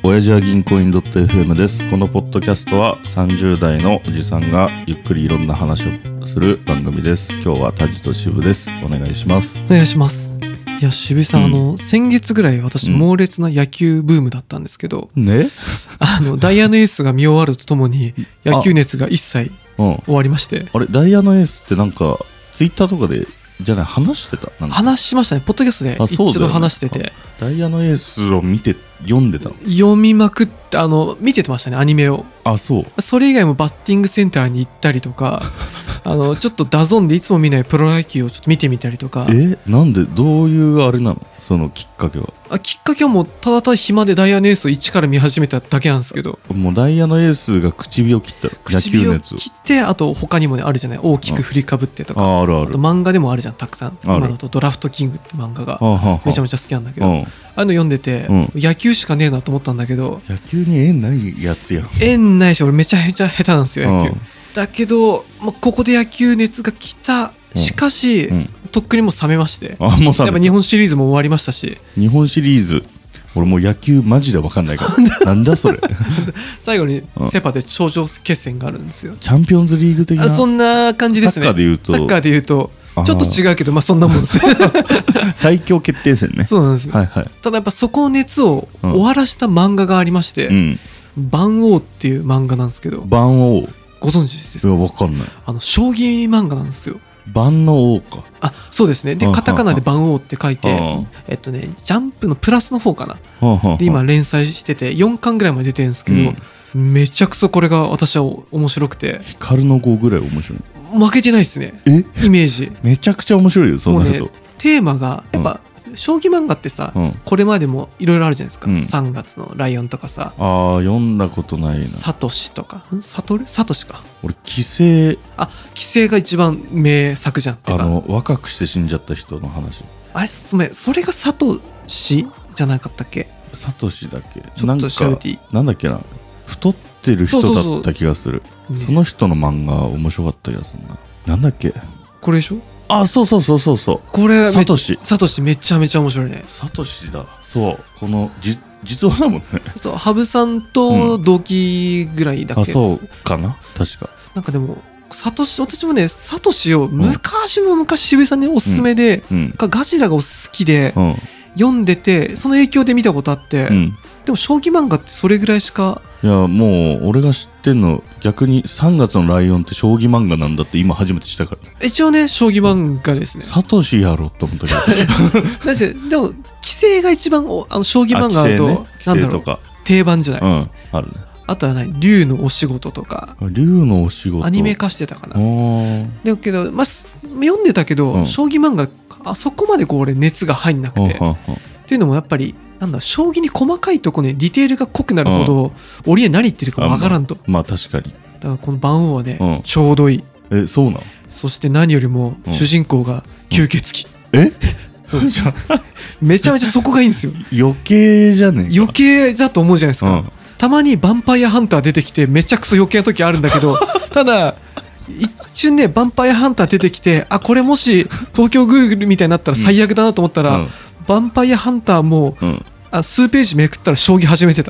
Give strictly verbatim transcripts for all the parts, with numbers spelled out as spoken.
親父は銀行員 .fm です。このポッドキャストはさんじゅう代のおじさんがゆっくりいろんな話をする番組です。今日はタジと渋です。お願いします。 お願いします。いや渋さん、うん、あの先月ぐらい私猛烈な野球ブームだったんですけど、 ね、 あのダイヤのエースが見終わるとともに野球熱が一切終わりまして、 あ, あれダイヤのエースってなんかツイッターとかでじゃない話してたなんか話しましたね。ポッドキャストで一度話してて、ね、 ダイヤのエースを見て読んでた読みまくってあの見てましたね、アニメを。 あ、そうそれ以外もバッティングセンターに行ったりとかあのちょっとダゾンでいつも見ないプロ野球をちょっと見てみたりとか。 えなんでどういうあれなの、そのきっかけは。 あきっかけはもうただただ暇でダイヤのエースを一から見始めただけなんですけど、 もうダイヤのエースが唇を切った野球熱を切って、あと他にもねあるじゃない、大きく振りかぶってとか、 ああるある、 あと漫画でもあるじゃんたくさん。今だとドラフトキングって漫画がめちゃめちゃ好きなんだけど、ああいうの読んでて、うん、野球しかねえなと思ったんだけど、 野球に縁ないやつやん。 縁ないし俺めちゃめちゃ下手なんですよ野球。だけどもうここで野球熱が来た。しかし、うん、とっくにもう冷めまして、 あもう冷めやっぱ日本シリーズも終わりましたし。 日本シリーズ俺もう野球マジで分かんないからなんだそれ最後にセパで頂上決戦があるんですよ。 チャンピオンズリーグ的な。 あそんな感じですね。 サッカーで言うとサッカーで言うとちょっと違うけど、まあそんなもんです最強決定戦ね。 そうなんです、 はいはい、 ただやっぱそこの熱を終わらした漫画がありまして、うん、万王っていう漫画なんですけど。 万王ご存知ですか？ いや分かんない。あの将棋漫画なんですよ。 万の王か。 あそうですね。でカタカナで万王って書いて、えっとねジャンプのプラスの方かなで今連載しててよんかんぐらいまで出てるんですけど、うん、めちゃくそこれが私は面白くて。 光の碁ぐらい面白い。 負けてないですね。 えイメージめちゃくちゃ面白いよ。そうなると、 ね、テーマがやっぱ、うん、将棋漫画ってさ、うん、これまでもいろいろあるじゃないですか、うん、さんがつのライオンとかさ。 あ読んだことないな。 サトシとかサトルサトシか。 俺棋聖。 あ棋聖が一番名作じゃん。てかあの若くして死んじゃった人の話。 あれそれそれがサトシじゃなかったっけ。 サトシだっけ。 ちょっと調べていい。 なんだっけな、太ってる人だった気がする。そうそうそう、ね、その人の漫画面白かった気がするな。なんだっけこれでしょ。 あそうそうそうそうそう、 これサトシサトシめちゃめちゃ面白いね。 サトシだ。そうこのじ実話だもんね。 そう羽生さんと同期ぐらいだっけ、うん、 あそうかな確か。 なんかでもサトシ私もねサトシを昔も昔渋井さんにおすすめで、うんうん、かガジラがお好きで、うん、読んでてその影響で見たことあって、うん、でも将棋漫画ってそれぐらいしか。 いやもう俺が知ってんの逆にさんがつのライオンって将棋漫画なんだって今初めて知ったから。 一応ね将棋漫画ですね。 サトシやろって思ったけどだってでも棋聖が一番あの将棋漫画だと、ね、なんだろう定番じゃない、うん、あるね。あとは何竜のお仕事とか。 竜のお仕事アニメ化してたかな。だけど、まあ、読んでたけど、うん、将棋漫画あそこまでこう俺熱が入んなくて、うん、っていうのもやっぱりなんだ将棋に細かいところにディテールが濃くなるほど、うん、俺は何言ってるか分からんと。 あ、まあ、まあ確かに。 だからこの万王はね、うん、ちょうどいい。 えそうなの。 そして何よりも主人公が吸血鬼、 うん、えそうじゃめちゃめちゃそこがいいんですよ。 余計じゃねえか。 余計だと思うじゃないですか、うん、たまにヴァンパイアハンター出てきてめちゃくそ余計な時あるんだけどただ一瞬ねヴァンパイアハンター出てきてあこれもし東京グーグルみたいになったら最悪だなと思ったら、うん、ヴァンパイアハンターも、うん、あ数ページめくったら将棋始めてた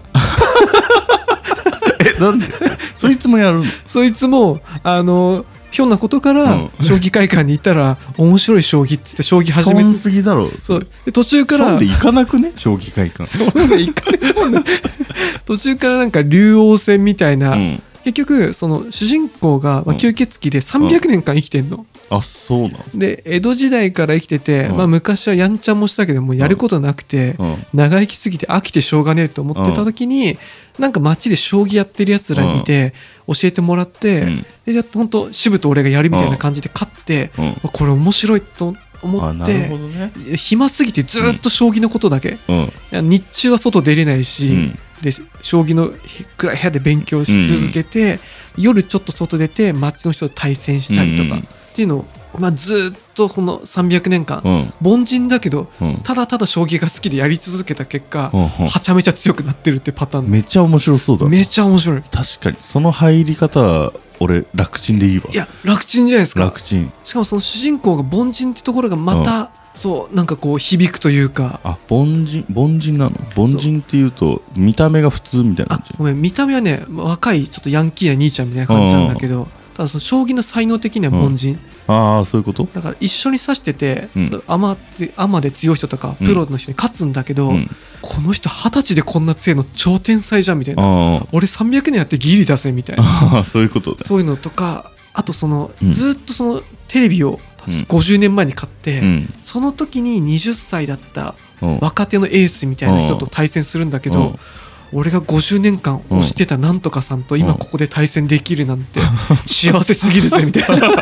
えなんでそいつもやるの。 そいつもあのひょんなことから将棋会館に行ったら面白い将棋って言って将棋始めて。 すぎだろ。 そうで途中からそうで行かなくね将棋会館。 そうで行かないもんね途中からなんか竜王戦みたいな、うん、結局その主人公がまあ吸血鬼でさんびゃくねんかん生きてんの、うんあそうなんで江戸時代から生きてて、うんまあ、昔はやんちゃもしたけどもうやることなくて、うん、長生きすぎて飽きてしょうがねえと思ってた時に、うん、なんか街で将棋やってるやつら見て、うん、教えてもらって、うん、でやっと本当渋と俺がやるみたいな感じで勝って、うん、これ面白いと思って、ね、暇すぎてずっと将棋のことだけ、うん、日中は外出れないし、うん、で将棋の暗い部屋で勉強し続けて、うん、夜ちょっと外出て街の人と対戦したりとか、うん、っていうのを、まあ、ずっとこのさんびゃくねんかん、うん、凡人だけど、うん、ただただ将棋が好きでやり続けた結果、うん、はちゃめちゃ強くなってるってパターン。 めっちゃ面白そうだ。 めっちゃ面白い。 確かにその入り方は俺楽ちんでいいわ。 いや楽ちんじゃないですか。 楽ちん。 しかもその主人公が凡人ってところがまた、 そうなんかこう響くというか。 あ、凡人凡人なの？凡人っていうと見た目が普通みたいな感じ？ あ、ごめん、見た目はね若いちょっとヤンキーな兄ちゃんみたいな感じなんだけど、ただその将棋の才能的には凡人、 うん、ああそういうこと。 だから一緒に指してて、 うん、 アマでアマで強い人とかプロの人に勝つんだけど、うん、この人二十歳でこんな強いの超天才じゃんみたいな、俺さんびゃくねんやってギリ出せみたいなそういうことだ。 そういうのとか、あとその、 うん、 ずっとそのテレビをごじゅうねんまえに買って、うん、その時にはたちだった若手のエースみたいな人と対戦するんだけど、うん、俺がごじゅうねんかん推してたなんとかさんと今ここで対戦できるなんて幸せすぎるぜみたいな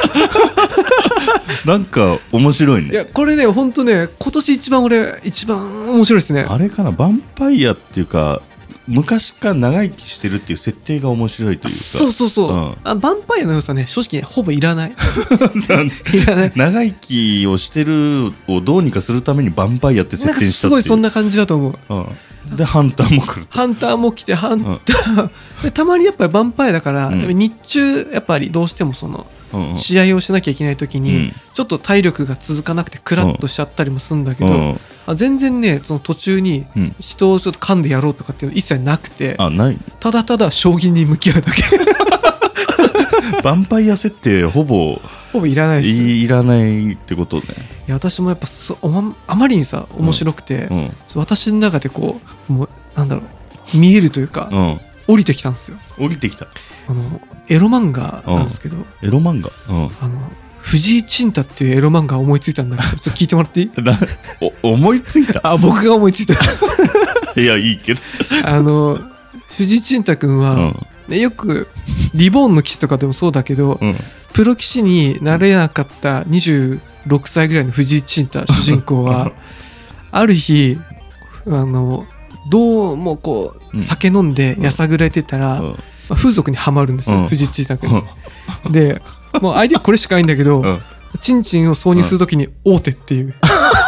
なんか面白いね。 いやこれね本当ね今年一番俺一番面白いですね。 あれかな、ヴァンパイアっていうか昔から長生きしてるっていう設定が面白いというか。 そうそうそう、うん、あヴァンパイアの良さね正直ねほぼいらないいらない長生きをしてるをどうにかするためにヴァンパイアって設定したっていう。 すごいそんな感じだと思う、 うん、でハンターも来る。 ハンターも来てハンター、うん、でたまにやっぱりヴァンパイアだから、うん、日中やっぱりどうしてもその試合をしなきゃいけない時に、うん、ちょっと体力が続かなくてクラッとしちゃったりもするんだけど、うん、あ全然ねその途中に人をちょっと噛んでやろうとかっていうの一切なくて、 あないただただ将棋に向き合うだけヴァンパイア設定ほぼほぼいらないです。 い, いらないってことね。 いや私もやっぱそあまりにさ面白くて、うんうん、私の中でこうもうなんだろう見えるというか、うん、降りてきたんですよ。降りてきた。 あのエロ漫画なんですけど、うん、 エロ漫画、うん、 あの藤井陳太っていうエロ漫画思いついたんだけどちょっと聞いてもらっていい？ お思いついた？ あ僕が思いついたいやいいけどあの藤井陳太くんは、うんね、よくリボーンの騎士とかでもそうだけど、うん、プロ棋士になれなかったにじゅうろくさいぐらいの藤井陳太主人公はある日あのどうもこう酒飲んでやさぐれてたら、うんうんまあ、風俗にはまるんですよ、うん、藤井陳太くん、うん、でもうアイデアこれしかないんだけど、うん、チンチンを挿入するときに大手っていう、うん、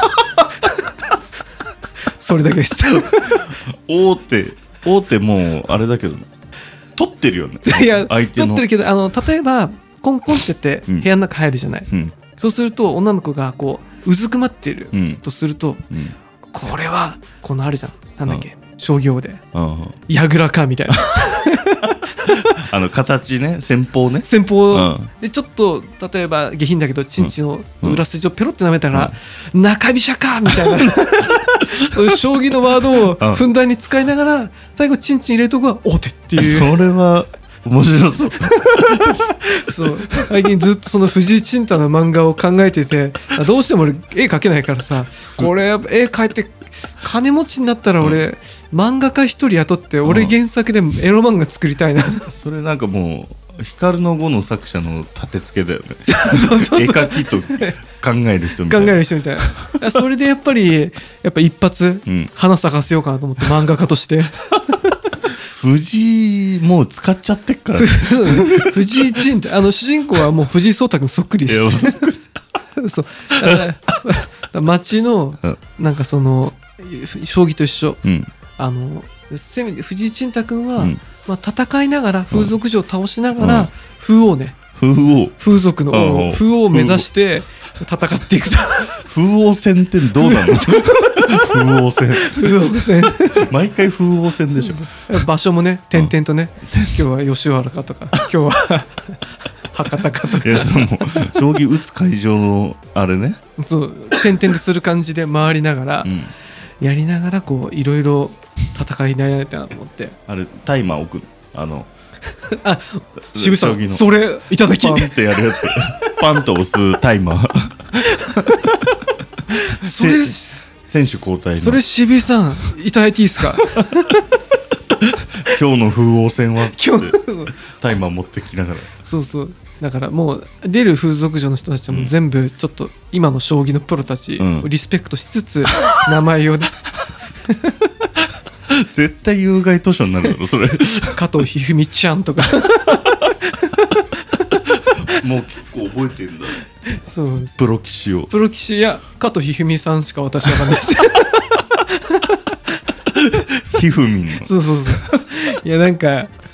それだけです大手大手もうあれだけど取ってるよね。 いや相手の取ってるけどあの例えばコンコンってって部屋の中入るじゃない、うん、そうすると女の子がこううずくまってるとすると、うんうん、これはこのあるじゃんなんだっけ、うん、商業でやぐらかみたいなあの形ね戦法ね戦法、うん、でちょっと例えば下品だけどチンチンの裏筋をペロって舐めたら、うん、中飛車かみたいな将棋のワードをふんだんに使いながら最後チンチン入れるとこは大手っていうそれは面白そうそう最近ずっとその藤井陳太の漫画を考えててどうしても俺絵描けないからさこれ絵描いて金持ちになったら俺、うん漫画家一人雇って俺原作でエロ漫画作りたいな、うん、 それなんかもう光の碁の作者の立て付けだよねそうそうそう絵描きと考える人みたいな考える人みたいなそれでやっぱりやっぱ一発、うん、花咲かせようかなと思って漫画家として藤井もう使っちゃってっから、ね、 藤井陳太あの主人公はもう藤井聡太君そっくりですそうだから町のなんかその将棋と一緒、うんあのせめて藤井陳太君は、うんまあ、戦いながら風俗嬢を倒しながら、うん、風王ね風王風俗の王風王を目指して戦っていくと風王戦ってどうなの風王戦風王戦毎回風王戦でしょ場所もね点々とね、うん、今日は吉原かとか今日は博多かとかいやその将棋打つ会場のあれねそう点々とする感じで回りながら、うんやりながらこういろいろ戦い悩んだなと思ってあれタイマー置くあのあ渋さんそれいただきパンってやるやつパンと押すタイマーそれ選手交代のそれ渋さんいただいていいですか今日の風王戦は今日タイマー持ってきながらそうそうだからもう出る風俗嬢の人たちはもう全部ちょっと今の将棋のプロたちをリスペクトしつつ名前をね絶対有害図書になるだろそれ加藤一二三ちゃんとかもう結構覚えてるんだねそうですプロ棋士をプロ棋士や加藤一二三さんしか私は分かんないですひふみんのそうそうそういやなんか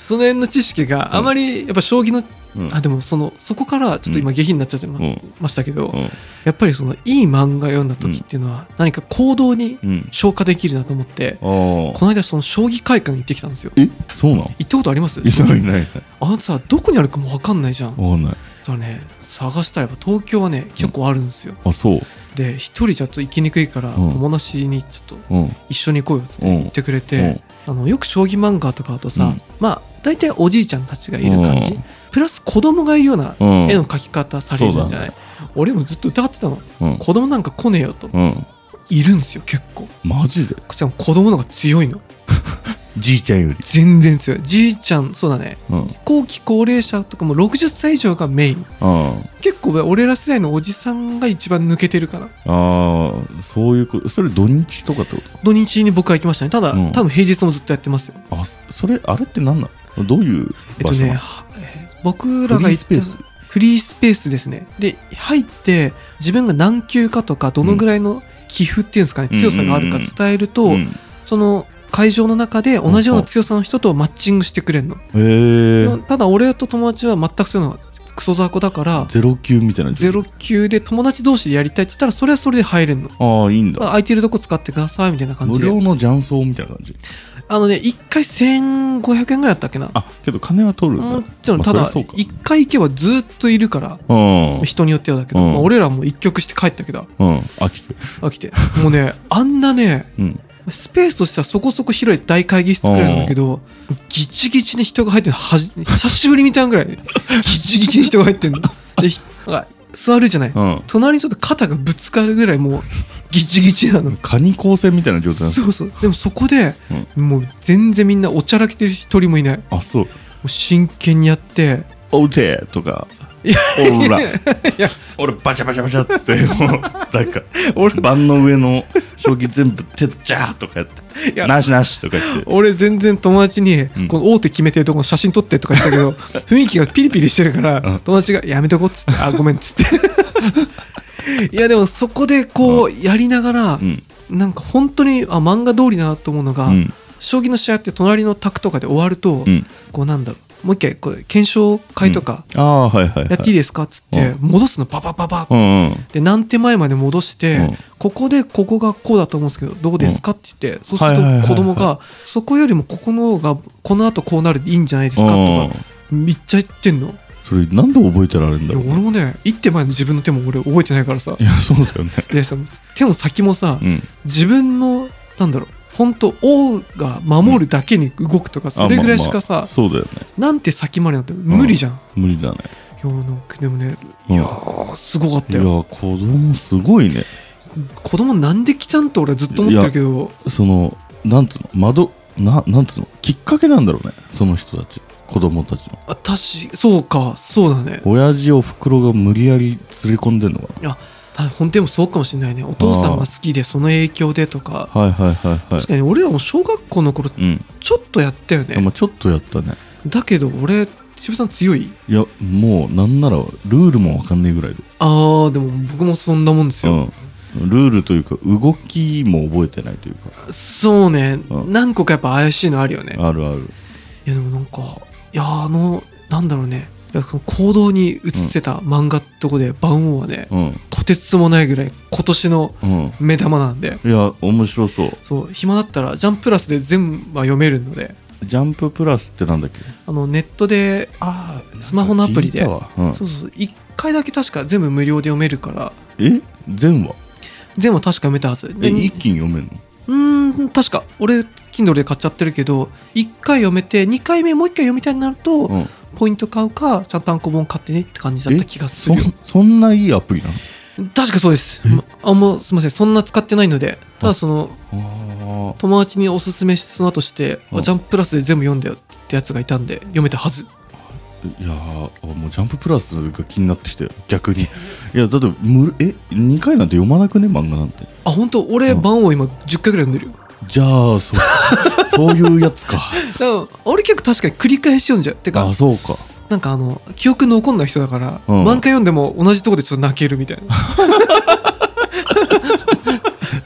その辺の知識があまりやっぱ将棋の、 うん、 あでもそのそこからちょっと今下品になっちゃってましたけど、 うんうん、 やっぱりそのいい漫画読んだ時っていうのは何か行動に消化できるなと思って、うん、この間その将棋会館に行ってきたんですよ。 えそうなの？ 行ったことあります？ いないいない。 あのさどこにあるかも分かんないじゃん。 分かんない。 それね探したら東京はね結構あるんですよ、 うん、あそうで一人じゃと行きにくいから、うん、友達にちょっと一緒に行こうよって言ってくれて、うん、あのよく将棋漫画とかだとさ、うん、まあ大体おじいちゃんたちがいる感じ、うん、プラス子供がいるような絵の描き方されるじゃない、うんね、俺もずっと疑ってたの、うん、子供なんか来ねえよと、うん、いるんですよ結構。 マジで？ しかも子供の方が強いのじいちゃんより全然強い。じいちゃんそうだね、うん、後期高齢者とかもろくじゅっさい以上がメイン、うん、結構俺ら世代のおじさんが一番抜けてるかな。ああそういうこと。それ土日とかってこと？ 土日に僕は行きましたね。ただ、うん、多分平日もずっとやってますよ。 あそれあれって何なの？どういう場所？えっとね僕らが行ったフリースペースフリースペースですね。で入って自分が何級かとかどのぐらいの棋風っていうんですかね、うん、強さがあるか伝えると、うん、その会場の中で同じような強さの人とマッチングしてくれるの。へー。ただ俺と友達は全くそういうのがクソ雑魚だからゼロ級みたいな。 ゼロ級で友達同士でやりたいって言ったらそれはそれで入れるの。 ああいいんだ。 空いてるとこ使ってくださいみたいな感じで。 無料の雀荘みたいな感じ。 あのねいっかいせんごひゃくえんぐらいだったっけな。 あけど金は取るんだ。もちろん、 まあ、ただいっかい行けばずっといるから、うん、人によってはだけど、うんまあ、俺らも一局して帰ったけど、 うん、飽きて飽きてもうねあんなね、うんスペースとしてはそこそこ広い大会議室くらいなんだけどギチギチに人が入ってるのはじ久しぶりみたいなぐらいギチギチに人が入ってるので座るじゃない、うん、隣にちょっと肩がぶつかるぐらいもうギチギチなの。 カニ光線みたいな状態なんですか？ そうそう。でもそこで、うん、もう全然みんなおちゃらけてる一人もいない。 あそう。もう真剣にやっておうてとかおらいや俺バチャバチャバチャっつってもうなんか俺盤の上の将棋全部手ジャーとかやってなしなしとか言って俺全然友達に、うん、この大手決めてるところの写真撮ってとか言ったけど雰囲気がピリピリしてるから、うん、友達がやめとこっつってあごめんっつっていやでもそこでこうやりながら、うん、なんか本当にあ漫画通りだなと思うのが、うん、将棋の試合って隣の卓とかで終わると、うん、こうなんだろうもう一回これ検証会とかやっていいですかっつって戻すのパパパパってで何手前まで戻してここでここがこうだと思うんですけどどうですかって言ってそうすると子供がそこよりもここの方がこの後こうなるでいいんじゃないですかとかめっちゃ言ってんの。 それなんで覚えてられるんだろう。 俺もね一手前の自分の手も俺覚えてないからさ。 いやそうだよね。 でさ手も先もさ、うん、自分のなんだろう本当王が守るだけに動くとかそれぐらいしかさ、 まあまあ、そうだよね。 なんて先までなんて無理じゃん、 うん、無理だね。 いやなんかでもねいやーすごかったよ。 いや子供すごいね。 子供なんで来たんと俺はずっと思ってるけどそのなんつうの窓ななんつうのきっかけなんだろうねその人たち子供たちの。 あたしそうかそうだね。 親父おふくろが無理やり連れ込んでんのかな。いや本当でもそうかもしれないね。お父さんが好きでその影響でとか。 はいはいはいはい。 確かに俺らも小学校の頃ちょっとやったよね、 うん、まあ、ちょっとやったね。 だけど俺渋さん強い？ いやもうなんならルールも分かんないぐらいで。 あーでも僕もそんなもんですよ、うん、 ルールというか動きも覚えてないというか。 そうね、うん、何個かやっぱ怪しいのあるよね。 あるある。 いやでもなんかいやあのなんだろうね行動に映せた漫画ってとこで盤王はね、うん、とてつもないぐらい今年の目玉なんで、 うん、いや面白そう。 そう暇だったらジャンププラスで全部は読めるので。 ジャンププラスってなんだっけ？ あのネットであスマホのアプリで、うん、そうそういっかいだけ確か全部無料で読めるから。 え全話？ 全話確か読めたはず。 え一気に読めるの？ うーん確か俺 Kindle で買っちゃってるけどいっかい読めてにかいめもういっかい読みたいになると、うん、ポイント買うかちゃんと単行本買ってねって感じだった気がするよ。 そ, そんないいアプリなの？確かそうです。あもうすみませんそんな使ってないので。ただその友達におすすめその後してジャンププラスで全部読んだよってやつがいたんで読めたはず。 いやもうジャンププラスが気になってきて逆に。いやだってむえにかいなんて読まなくね漫画なんて。 あ本当俺盤を今じゅっかいぐらい読んでるよ。 じゃあ そ, そういうやつか。 だから俺結構確かに繰り返し読んじゃうてか。 あそうか。 なんかあの記憶残んない人だから、うん、漫画読んでも同じとこでちょっと泣けるみたいな。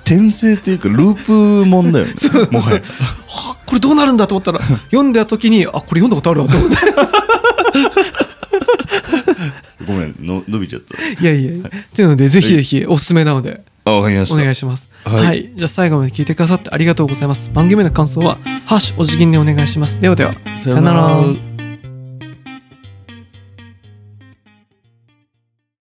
転生っていうかループもんだよねもはやはこれどうなるんだと思ったら読んだ時にあこれ読んだことあるわと思ってごめんの伸びちゃった。 いやいやっていうのでぜひぜひおすすめなのであわかりましたお願いします。 はい、 はい、じゃあ最後まで聞いてくださってありがとうございます。番組の感想はハッシュお辞儀でお願いします。ではではさよなら。